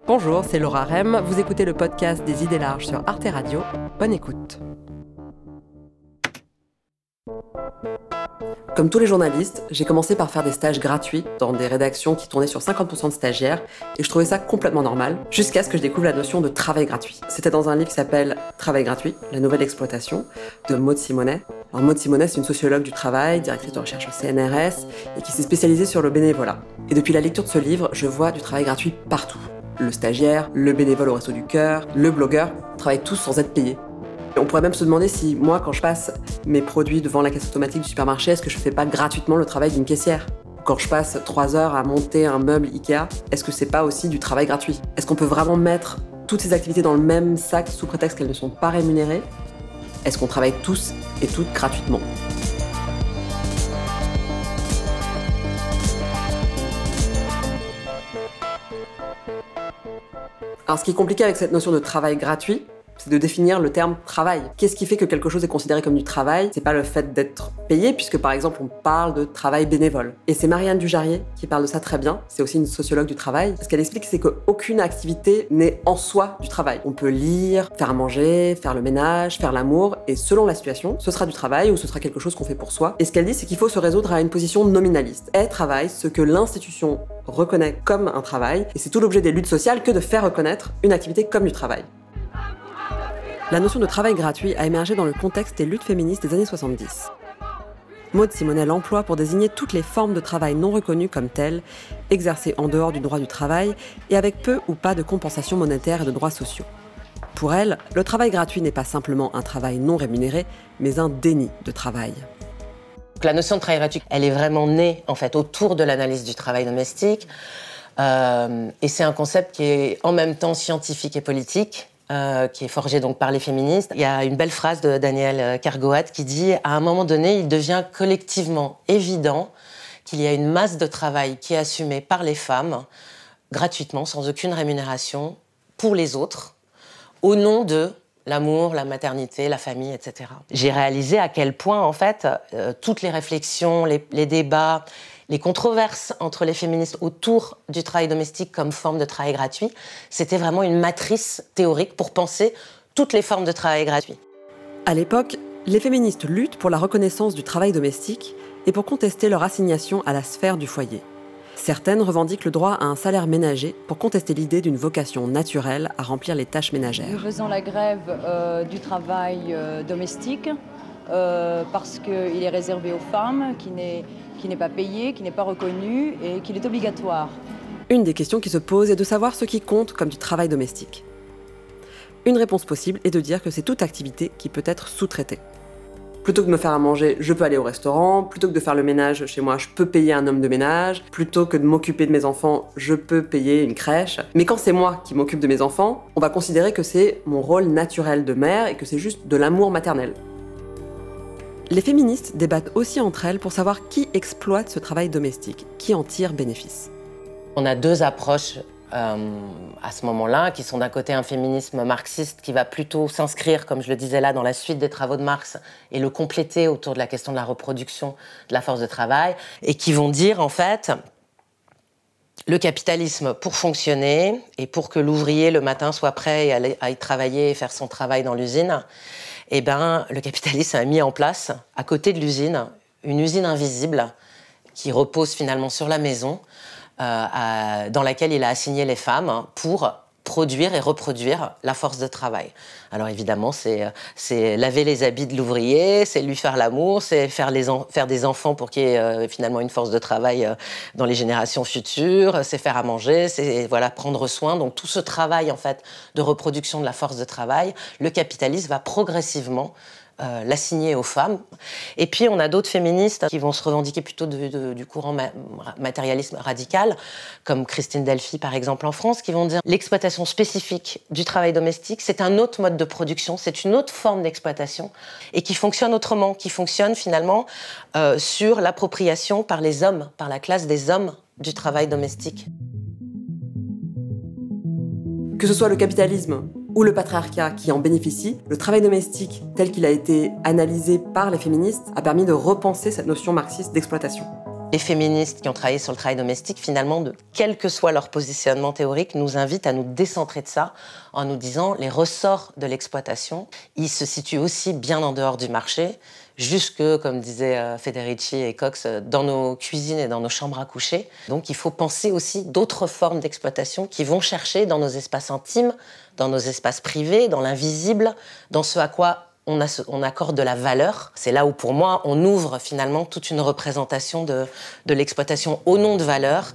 Bonjour, c'est Laura Rem, vous écoutez le podcast des idées larges sur Arte Radio. Bonne écoute. Comme tous les journalistes, j'ai commencé par faire des stages gratuits dans des rédactions qui tournaient sur 50% de stagiaires et je trouvais ça complètement normal, jusqu'à ce que je découvre la notion de travail gratuit. C'était dans un livre qui s'appelle « Travail gratuit, la nouvelle exploitation » de Maud Simonet. Alors Maud Simonet, c'est une sociologue du travail, directrice de recherche au CNRS et qui s'est spécialisée sur le bénévolat. Et depuis la lecture de ce livre, je vois du travail gratuit partout. Le stagiaire, le bénévole au Resto du Cœur, le blogueur travaillent tous sans être payés. On pourrait même se demander si, moi, quand je passe mes produits devant la caisse automatique du supermarché, est-ce que je fais pas gratuitement le travail d'une caissière ? Quand je passe 3 heures à monter un meuble Ikea, est-ce que c'est pas aussi du travail gratuit ? Est-ce qu'on peut vraiment mettre toutes ces activités dans le même sac sous prétexte qu'elles ne sont pas rémunérées ? Est-ce qu'on travaille tous et toutes gratuitement ? Alors, ce qui est compliqué avec cette notion de travail gratuit, c'est de définir le terme travail. Qu'est-ce qui fait que quelque chose est considéré comme du travail ? C'est pas le fait d'être payé, puisque par exemple on parle de travail bénévole. Et c'est Marianne Dujarrier qui parle de ça très bien, c'est aussi une sociologue du travail. Ce qu'elle explique, c'est qu'aucune activité n'est en soi du travail. On peut lire, faire à manger, faire le ménage, faire l'amour, et selon la situation, ce sera du travail ou ce sera quelque chose qu'on fait pour soi. Et ce qu'elle dit, c'est qu'il faut se résoudre à une position nominaliste. Est travail ce que l'institution reconnaît comme un travail, et c'est tout l'objet des luttes sociales que de faire reconnaître une activité comme du travail. La notion de travail gratuit a émergé dans le contexte des luttes féministes des années 70. Maud Simonet l'emploie pour désigner toutes les formes de travail non reconnues comme telles, exercées en dehors du droit du travail et avec peu ou pas de compensation monétaire et de droits sociaux. Pour elle, le travail gratuit n'est pas simplement un travail non rémunéré, mais un déni de travail. La notion de travail gratuit, elle est vraiment née en fait autour de l'analyse du travail domestique, et c'est un concept qui est en même temps scientifique et politique. Qui est forgé donc par les féministes. Il y a une belle phrase de Danielle Kergoat qui dit « À un moment donné, il devient collectivement évident qu'il y a une masse de travail qui est assumée par les femmes, gratuitement, sans aucune rémunération, pour les autres, au nom de l'amour, la maternité, la famille, etc. » J'ai réalisé à quel point, en fait, toutes les réflexions, les débats, les controverses entre les féministes autour du travail domestique comme forme de travail gratuit, c'était vraiment une matrice théorique pour penser toutes les formes de travail gratuit. À l'époque, les féministes luttent pour la reconnaissance du travail domestique et pour contester leur assignation à la sphère du foyer. Certaines revendiquent le droit à un salaire ménager pour contester l'idée d'une vocation naturelle à remplir les tâches ménagères. Nous faisons la grève du travail domestique parce qu'il est réservé aux femmes, qui n'est pas payé, qui n'est pas reconnu et qu'il est obligatoire. Une des questions qui se pose est de savoir ce qui compte comme du travail domestique. Une réponse possible est de dire que c'est toute activité qui peut être sous-traitée. Plutôt que de me faire à manger, je peux aller au restaurant. Plutôt que de faire le ménage chez moi, je peux payer un homme de ménage. Plutôt que de m'occuper de mes enfants, je peux payer une crèche. Mais quand c'est moi qui m'occupe de mes enfants, on va considérer que c'est mon rôle naturel de mère et que c'est juste de l'amour maternel. Les féministes débattent aussi entre elles pour savoir qui exploite ce travail domestique, qui en tire bénéfice. On a deux approches à ce moment-là, qui sont d'un côté un féminisme marxiste qui va plutôt s'inscrire, comme je le disais là, dans la suite des travaux de Marx et le compléter autour de la question de la reproduction de la force de travail, et qui vont dire en fait, le capitalisme, pour fonctionner et pour que l'ouvrier le matin soit prêt à y travailler et faire son travail dans l'usine, eh ben, le capitalisme a mis en place, à côté de l'usine, une usine invisible qui repose finalement sur la maison, dans laquelle il a assigné les femmes pour produire et reproduire la force de travail. Alors évidemment, c'est laver les habits de l'ouvrier, c'est lui faire l'amour, c'est faire des enfants pour qu'il y ait finalement une force de travail dans les générations futures, c'est faire à manger, c'est prendre soin. Donc tout ce travail en fait de reproduction de la force de travail, le capitalisme va progressivement l'assigner aux femmes. Et puis, on a d'autres féministes qui vont se revendiquer plutôt du courant matérialisme radical, comme Christine Delphi, par exemple, en France, qui vont dire l'exploitation spécifique du travail domestique, c'est un autre mode de production, c'est une autre forme d'exploitation, et qui fonctionne autrement, qui fonctionne finalement sur l'appropriation par les hommes, par la classe des hommes du travail domestique. Que ce soit le capitalisme ou le patriarcat qui en bénéficie, le travail domestique tel qu'il a été analysé par les féministes a permis de repenser cette notion marxiste d'exploitation. Les féministes qui ont travaillé sur le travail domestique, finalement, quel que soit leur positionnement théorique, nous invitent à nous décentrer de ça en nous disant les ressorts de l'exploitation, ils se situent aussi bien en dehors du marché, jusque, comme disaient Federici et Cox, dans nos cuisines et dans nos chambres à coucher. Donc il faut penser aussi d'autres formes d'exploitation qui vont chercher dans nos espaces intimes, dans nos espaces privés, dans l'invisible, dans ce à quoi on accorde de la valeur. C'est là où, pour moi, on ouvre finalement toute une représentation de l'exploitation au nom de valeur.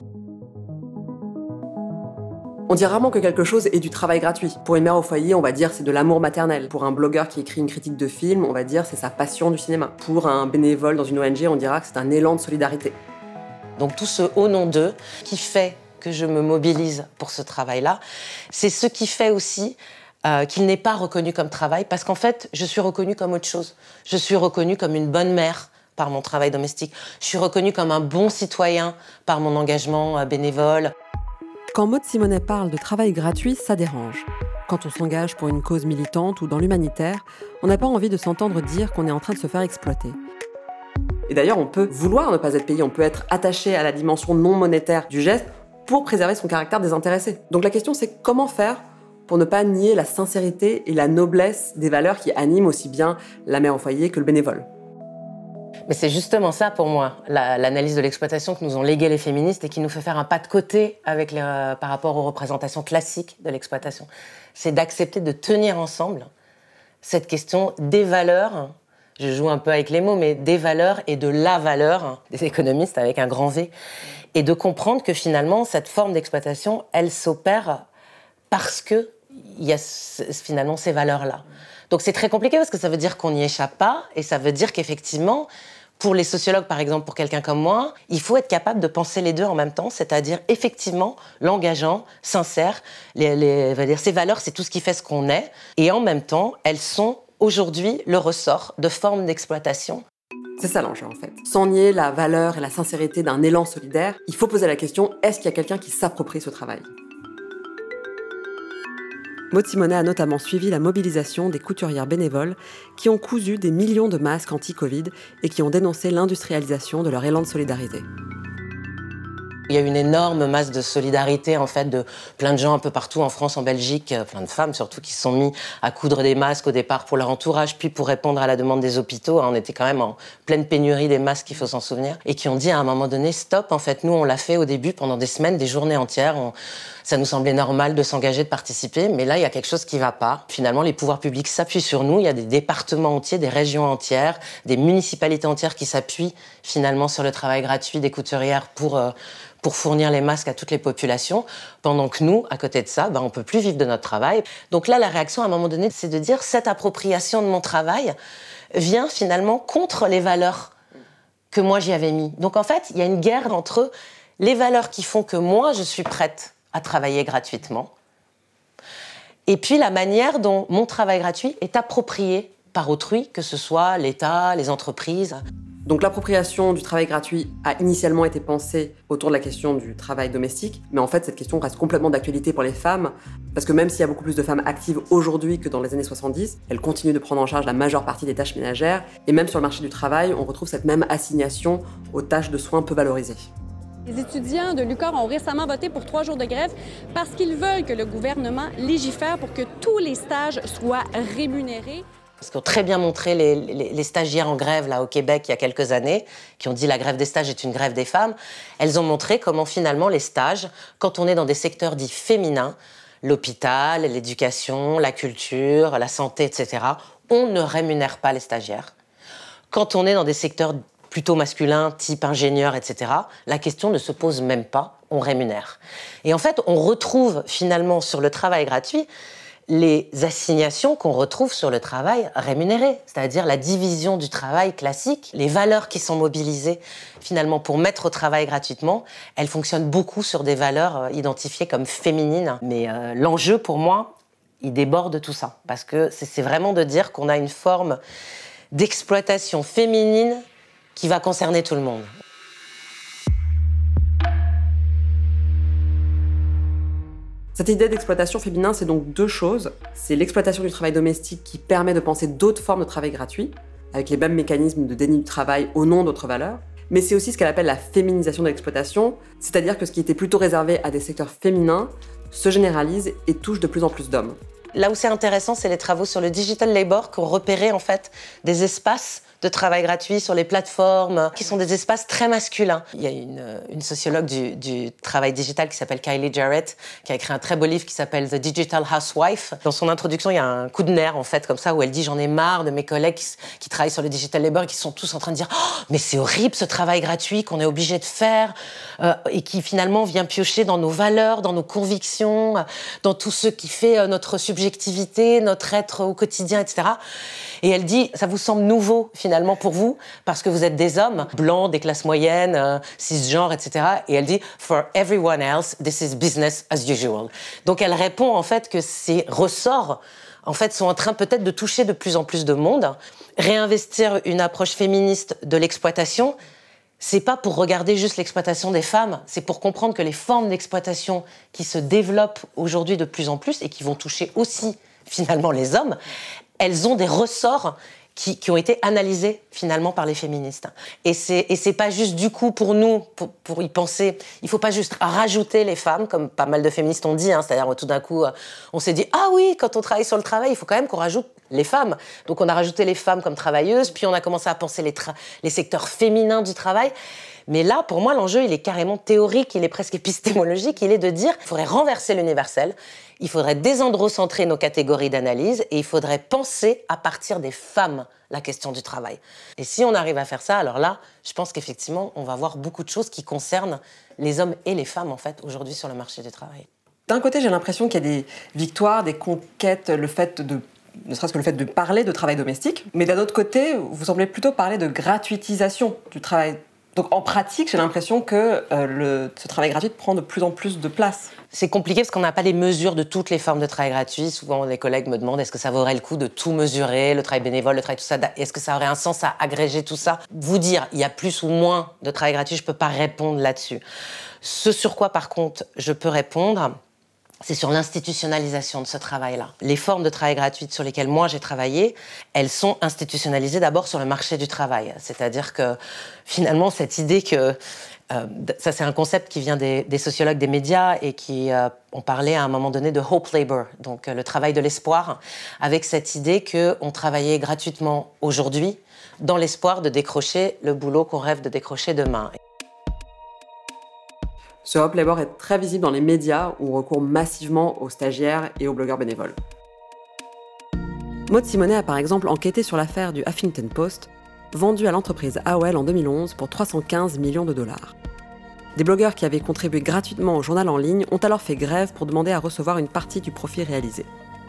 On dit rarement que quelque chose est du travail gratuit. Pour une mère au foyer, on va dire c'est de l'amour maternel. Pour un blogueur qui écrit une critique de film, on va dire c'est sa passion du cinéma. Pour un bénévole dans une ONG, on dira que c'est un élan de solidarité. Donc tout ce au nom d'eux qui fait que je me mobilise pour ce travail-là, c'est ce qui fait aussi qu'il n'est pas reconnu comme travail, parce qu'en fait, je suis reconnue comme autre chose. Je suis reconnue comme une bonne mère par mon travail domestique. Je suis reconnue comme un bon citoyen par mon engagement bénévole. Quand Maud Simonet parle de travail gratuit, ça dérange. Quand on s'engage pour une cause militante ou dans l'humanitaire, on n'a pas envie de s'entendre dire qu'on est en train de se faire exploiter. Et d'ailleurs, on peut vouloir ne pas être payé, on peut être attaché à la dimension non monétaire du geste pour préserver son caractère désintéressé. Donc la question, c'est comment faire pour ne pas nier la sincérité et la noblesse des valeurs qui animent aussi bien la mère au foyer que le bénévole. Mais c'est justement ça pour moi, l'analyse de l'exploitation que nous ont légué les féministes et qui nous fait faire un pas de côté par rapport aux représentations classiques de l'exploitation. C'est d'accepter de tenir ensemble cette question des valeurs, je joue un peu avec les mots, mais des valeurs et de la valeur, des économistes avec un grand V, et de comprendre que finalement, cette forme d'exploitation, elle s'opère parce qu'il y a finalement ces valeurs-là. Donc c'est très compliqué parce que ça veut dire qu'on n'y échappe pas et ça veut dire qu'effectivement, pour les sociologues par exemple, pour quelqu'un comme moi, il faut être capable de penser les deux en même temps, c'est-à-dire effectivement l'engageant, sincère, ces valeurs c'est tout ce qui fait ce qu'on est et en même temps elles sont aujourd'hui le ressort de formes d'exploitation. C'est ça l'enjeu en fait. Sans nier la valeur et la sincérité d'un élan solidaire, il faut poser la question, est-ce qu'il y a quelqu'un qui s'approprie ce travail ? Maud Simonet a notamment suivi la mobilisation des couturières bénévoles qui ont cousu des millions de masques anti-Covid et qui ont dénoncé l'industrialisation de leur élan de solidarité. Il y a une énorme masse de solidarité, en fait, de plein de gens un peu partout en France, en Belgique, plein de femmes surtout, qui se sont mis à coudre des masques au départ pour leur entourage, puis pour répondre à la demande des hôpitaux. On était quand même en pleine pénurie des masques, il faut s'en souvenir. Et qui ont dit à un moment donné, stop, en fait, nous, on l'a fait au début pendant des semaines, des journées entières. Ça nous semblait normal de s'engager, de participer, mais là, il y a quelque chose qui ne va pas. Finalement, les pouvoirs publics s'appuient sur nous. Il y a des départements entiers, des régions entières, des municipalités entières qui s'appuient finalement sur le travail gratuit des couturières pour fournir les masques à toutes les populations, pendant que nous, à côté de ça, on ne peut plus vivre de notre travail. Donc là, la réaction, à un moment donné, c'est de dire cette appropriation de mon travail vient finalement contre les valeurs que moi j'y avais mis. Donc en fait, il y a une guerre entre les valeurs qui font que moi, je suis prête à travailler gratuitement, et puis la manière dont mon travail gratuit est approprié par autrui, que ce soit l'État, les entreprises. Donc l'appropriation du travail gratuit a initialement été pensée autour de la question du travail domestique, mais en fait cette question reste complètement d'actualité pour les femmes, parce que même s'il y a beaucoup plus de femmes actives aujourd'hui que dans les années 70, elles continuent de prendre en charge la majeure partie des tâches ménagères, et même sur le marché du travail, on retrouve cette même assignation aux tâches de soins peu valorisées. Les étudiants de l'UQAR ont récemment voté pour 3 jours de grève parce qu'ils veulent que le gouvernement légifère pour que tous les stages soient rémunérés. Ce qu'ont très bien montré les stagiaires en grève là, au Québec il y a quelques années, qui ont dit la grève des stages est une grève des femmes, elles ont montré comment finalement les stages, quand on est dans des secteurs dits féminins, l'hôpital, l'éducation, la culture, la santé, etc., on ne rémunère pas les stagiaires. Quand on est dans des secteurs plutôt masculins, type ingénieur, etc., la question ne se pose même pas, on rémunère. Et en fait, on retrouve finalement sur le travail gratuit les assignations qu'on retrouve sur le travail rémunéré, c'est-à-dire la division du travail classique, les valeurs qui sont mobilisées finalement pour mettre au travail gratuitement, elles fonctionnent beaucoup sur des valeurs identifiées comme féminines. Mais l'enjeu pour moi, il déborde tout ça, parce que c'est vraiment de dire qu'on a une forme d'exploitation féminine qui va concerner tout le monde. Cette idée d'exploitation féminin, c'est donc deux choses. C'est l'exploitation du travail domestique qui permet de penser d'autres formes de travail gratuit, avec les mêmes mécanismes de déni du travail au nom d'autres valeurs. Mais c'est aussi ce qu'elle appelle la féminisation de l'exploitation, c'est-à-dire que ce qui était plutôt réservé à des secteurs féminins se généralise et touche de plus en plus d'hommes. Là où c'est intéressant, c'est les travaux sur le digital labor qui ont repéré en fait des espaces de travail gratuit sur les plateformes, qui sont des espaces très masculins. Il y a une sociologue du travail digital qui s'appelle Kylie Jarrett, qui a écrit un très beau livre qui s'appelle The Digital Housewife. Dans son introduction, il y a un coup de nerf, en fait, comme ça, où elle dit « J'en ai marre de mes collègues qui travaillent sur le digital labor et qui sont tous en train de dire oh, mais c'est horrible ce travail gratuit qu'on est obligé de faire et qui finalement vient piocher dans nos valeurs, dans nos convictions, dans tout ce qui fait notre subjectivité, notre être au quotidien, etc. » Et elle dit « Ça vous semble nouveau, finalement, pour vous, parce que vous êtes des hommes blancs, des classes moyennes, cisgenres, etc. » Et elle dit « For everyone else, this is business as usual. » Donc elle répond en fait que ces ressorts en fait, sont en train peut-être de toucher de plus en plus de monde. Réinvestir une approche féministe de l'exploitation, c'est pas pour regarder juste l'exploitation des femmes, c'est pour comprendre que les formes d'exploitation qui se développent aujourd'hui de plus en plus et qui vont toucher aussi finalement les hommes, elles ont des ressorts qui ont été analysés finalement par les féministes. Et c'est pas juste du coup pour nous, pour y penser, il faut pas juste rajouter les femmes, comme pas mal de féministes ont dit, c'est-à-dire tout d'un coup, on s'est dit « Ah oui, quand on travaille sur le travail, il faut quand même qu'on rajoute les femmes. » Donc on a rajouté les femmes comme travailleuses, puis on a commencé à penser les secteurs féminins du travail. Mais là, pour moi, l'enjeu, il est carrément théorique, il est presque épistémologique, il est de dire qu'il faudrait renverser l'universel, il faudrait désandrocentrer nos catégories d'analyse et il faudrait penser à partir des femmes la question du travail. Et si on arrive à faire ça, alors là, je pense qu'effectivement, on va voir beaucoup de choses qui concernent les hommes et les femmes, en fait, aujourd'hui sur le marché du travail. D'un côté, j'ai l'impression qu'il y a des victoires, des conquêtes, ne serait-ce que le fait de parler de travail domestique. Mais d'un autre côté, vous semblez plutôt parler de gratuitisation du travail. Donc en pratique, j'ai l'impression que ce travail gratuit prend de plus en plus de place. C'est compliqué parce qu'on n'a pas les mesures de toutes les formes de travail gratuit. Souvent, les collègues me demandent est-ce que ça vaudrait le coup de tout mesurer, le travail bénévole, le travail tout ça, est-ce que ça aurait un sens à agréger tout ça ? Vous dire, il y a plus ou moins de travail gratuit, je ne peux pas répondre là-dessus. Ce sur quoi, par contre, je peux répondre, c'est sur l'institutionnalisation de ce travail-là. Les formes de travail gratuit sur lesquelles moi j'ai travaillé, elles sont institutionnalisées d'abord sur le marché du travail. C'est-à-dire que finalement, cette idée que... ça, c'est un concept qui vient des sociologues des médias et qui ont parlé à un moment donné de hope labor, donc le travail de l'espoir, avec cette idée qu'on travaillait gratuitement aujourd'hui dans l'espoir de décrocher le boulot qu'on rêve de décrocher demain. Ce hope labor est très visible dans les médias où on recourt massivement aux stagiaires et aux blogueurs bénévoles. Maud Simonet a par exemple enquêté sur l'affaire du Huffington Post, vendue à l'entreprise AOL en 2011 pour 315 millions de dollars. Des blogueurs qui avaient contribué gratuitement au journal en ligne ont alors fait grève pour demander à recevoir une partie du profit réalisé.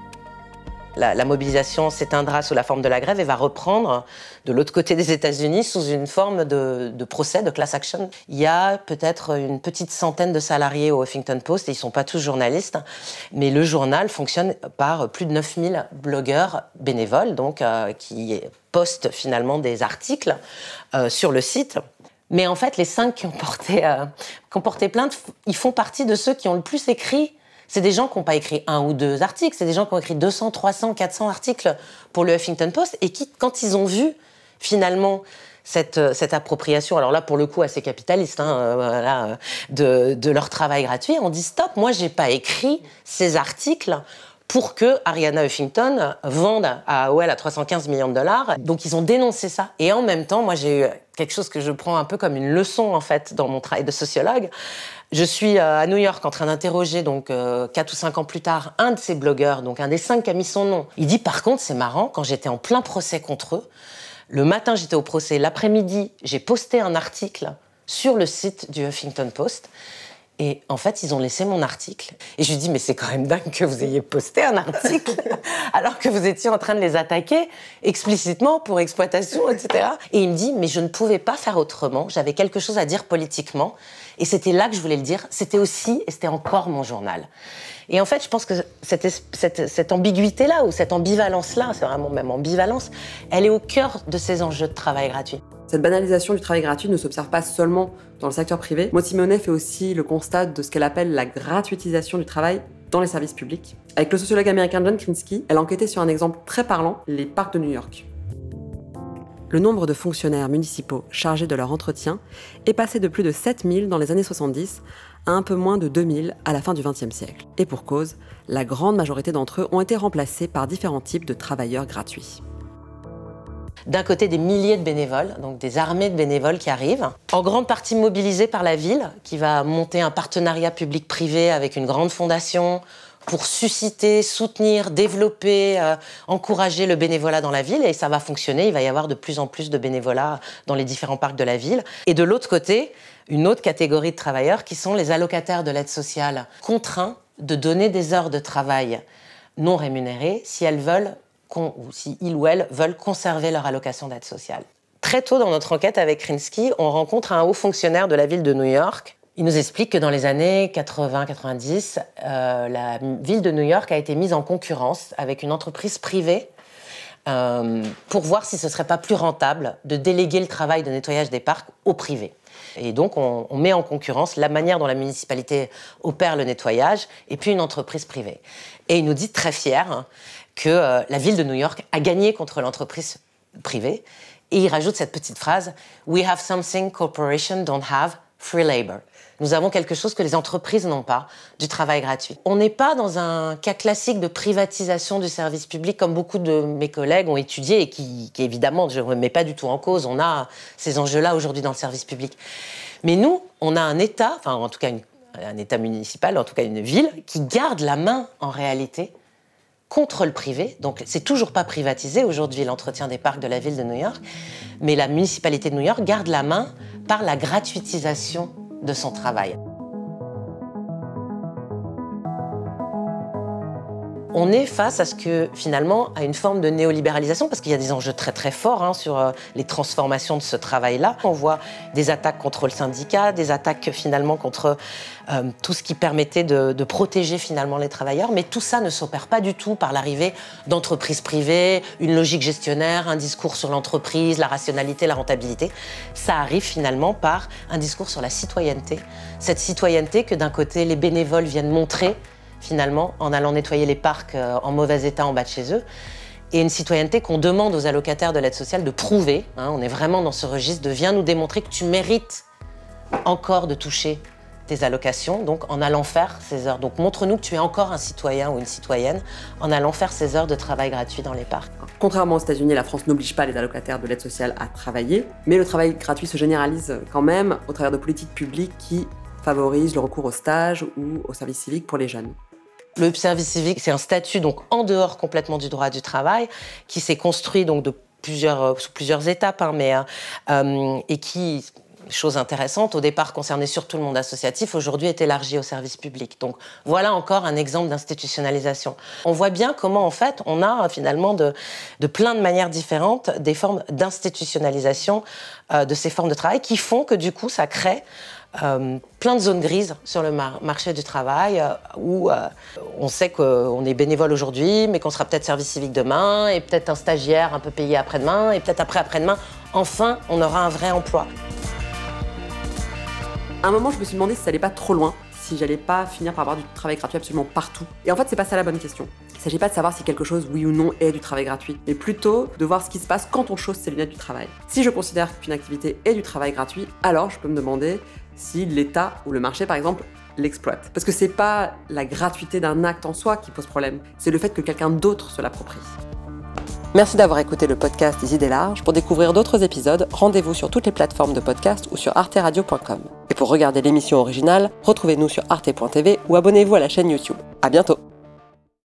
La mobilisation s'éteindra sous la forme de la grève et va reprendre de l'autre côté des États-Unis sous une forme de procès, de class action. Il y a peut-être une petite centaine de salariés au Huffington Post et ils ne sont pas tous journalistes, mais le journal fonctionne par plus de 9000 blogueurs bénévoles, donc qui postent finalement des articles sur le site. Mais en fait, les 5 qui ont porté plainte, ils font partie de ceux qui ont le plus écrit. C'est des gens qui n'ont pas écrit 1 ou 2 articles, c'est des gens qui ont écrit 200, 300, 400 articles pour le Huffington Post et qui, quand ils ont vu finalement cette appropriation, alors là pour le coup assez capitaliste, de leur travail gratuit, on dit stop, moi j'ai pas écrit ces articles pour que Arianna Huffington vende à AOL à 315 millions de dollars. Donc ils ont dénoncé ça. Et en même temps, moi j'ai eu quelque chose que je prends un peu comme une leçon en fait dans mon travail de sociologue. Je suis à New York en train d'interroger, donc 4 ou 5 ans plus tard, un de ces blogueurs, donc un des 5 qui a mis son nom. Il dit par contre, c'est marrant, quand j'étais en plein procès contre eux, le matin j'étais au procès, l'après-midi j'ai posté un article sur le site du Huffington Post. Et en fait, ils ont laissé mon article. Et je lui dis, mais c'est quand même dingue que vous ayez posté un article alors que vous étiez en train de les attaquer explicitement pour exploitation, etc. Et il me dit, mais je ne pouvais pas faire autrement. J'avais quelque chose à dire politiquement. Et c'était là que je voulais le dire. C'était aussi, et c'était encore mon journal. Et en fait, je pense que cette ambiguïté-là, ou cette ambivalence-là, c'est vraiment même ambivalence, elle est au cœur de ces enjeux de travail gratuit. Cette banalisation du travail gratuit ne s'observe pas seulement dans le secteur privé. Maud Simonet fait aussi le constat de ce qu'elle appelle la gratuitisation du travail dans les services publics. Avec le sociologue américain John Krinsky, elle a enquêté sur un exemple très parlant, les parcs de New York. le nombre de fonctionnaires municipaux chargés de leur entretien est passé de plus de 7000 dans les années 70 à un peu moins de 2000 à la fin du XXe siècle. Et pour cause, la grande majorité d'entre eux ont été remplacés par différents types de travailleurs gratuits. D'un côté, des milliers de bénévoles, donc des armées de bénévoles qui arrivent, en grande partie mobilisés par la ville, qui va monter un partenariat public-privé avec une grande fondation pour susciter, soutenir, développer, encourager le bénévolat dans la ville. Et ça va fonctionner, il va y avoir de plus en plus de bénévolat dans les différents parcs de la ville. Et de l'autre côté, une autre catégorie de travailleurs qui sont les allocataires de l'aide sociale, contraints de donner des heures de travail non rémunérées si elles veulent ou si ils ou elles veulent conserver leur allocation d'aide sociale. Très tôt dans notre enquête avec Krinsky, on rencontre un haut fonctionnaire de la ville de New York. Il nous explique que dans les années 80-90, la ville de New York a été mise en concurrence avec une entreprise privée pour voir si ce ne serait pas plus rentable de déléguer le travail de nettoyage des parcs au privé. Et donc, on met en concurrence la manière dont la municipalité opère le nettoyage et puis une entreprise privée. Et il nous dit très fier que la ville de New York a gagné contre l'entreprise privée. Et il rajoute cette petite phrase « We have something corporations don't have, free labor ». Nous avons quelque chose que les entreprises n'ont pas, du travail gratuit. On n'est pas dans un cas classique de privatisation du service public comme beaucoup de mes collègues ont étudié et qui évidemment, je ne remets pas du tout en cause. On a ces enjeux-là aujourd'hui dans le service public. Mais nous, on a un État, enfin en tout cas un État municipal, en tout cas une ville, qui garde la main en réalité contre le privé. Donc, c'est toujours pas privatisé aujourd'hui l'entretien des parcs de la ville de New York, mais la municipalité de New York garde la main par la gratuitisation de son travail. On est face à finalement, à une forme de néolibéralisation, parce qu'il y a des enjeux très très forts sur les transformations de ce travail-là. On voit des attaques contre le syndicat, des attaques finalement contre tout ce qui permettait de protéger finalement les travailleurs, mais tout ça ne s'opère pas du tout par l'arrivée d'entreprises privées, une logique gestionnaire, un discours sur l'entreprise, la rationalité, la rentabilité. Ça arrive finalement par un discours sur la citoyenneté. Cette citoyenneté que d'un côté les bénévoles viennent montrer finalement, en allant nettoyer les parcs en mauvais état en bas de chez eux, et une citoyenneté qu'on demande aux allocataires de l'aide sociale de prouver. On est vraiment dans ce registre de « viens nous démontrer que tu mérites encore de toucher tes allocations », donc en allant faire ces heures. Donc montre-nous que tu es encore un citoyen ou une citoyenne en allant faire ces heures de travail gratuit dans les parcs. Contrairement aux États-Unis, la France n'oblige pas les allocataires de l'aide sociale à travailler, mais le travail gratuit se généralise quand même au travers de politiques publiques qui favorisent le recours au stage ou au service civique pour les jeunes. Le service civique, c'est un statut donc en dehors complètement du droit du travail, qui s'est construit donc sous plusieurs étapes, et qui, chose intéressante, au départ concernait surtout le monde associatif, aujourd'hui est élargi au service public. Donc voilà encore un exemple d'institutionnalisation. On voit bien comment en fait on a finalement de plein de manières différentes des formes d'institutionnalisation de ces formes de travail qui font que du coup ça crée plein de zones grises sur le marché du travail où on sait qu'on est bénévole aujourd'hui, mais qu'on sera peut-être service civique demain, et peut-être un stagiaire un peu payé après-demain, et peut-être après-demain, enfin, on aura un vrai emploi. À un moment, je me suis demandé si ça allait pas trop loin, si j'allais pas finir par avoir du travail gratuit absolument partout. Et en fait, c'est pas ça la bonne question. Il s'agit pas de savoir si quelque chose, oui ou non, est du travail gratuit, mais plutôt de voir ce qui se passe quand on chausse ses lunettes du travail. Si je considère qu'une activité est du travail gratuit, alors je peux me demander si l'État ou le marché, par exemple, l'exploite. Parce que c'est pas la gratuité d'un acte en soi qui pose problème, c'est le fait que quelqu'un d'autre se l'approprie. Merci d'avoir écouté le podcast des Idées Larges. Pour découvrir d'autres épisodes, rendez-vous sur toutes les plateformes de podcast ou sur arteradio.com. Et pour regarder l'émission originale, retrouvez-nous sur arte.tv ou abonnez-vous à la chaîne YouTube. À bientôt!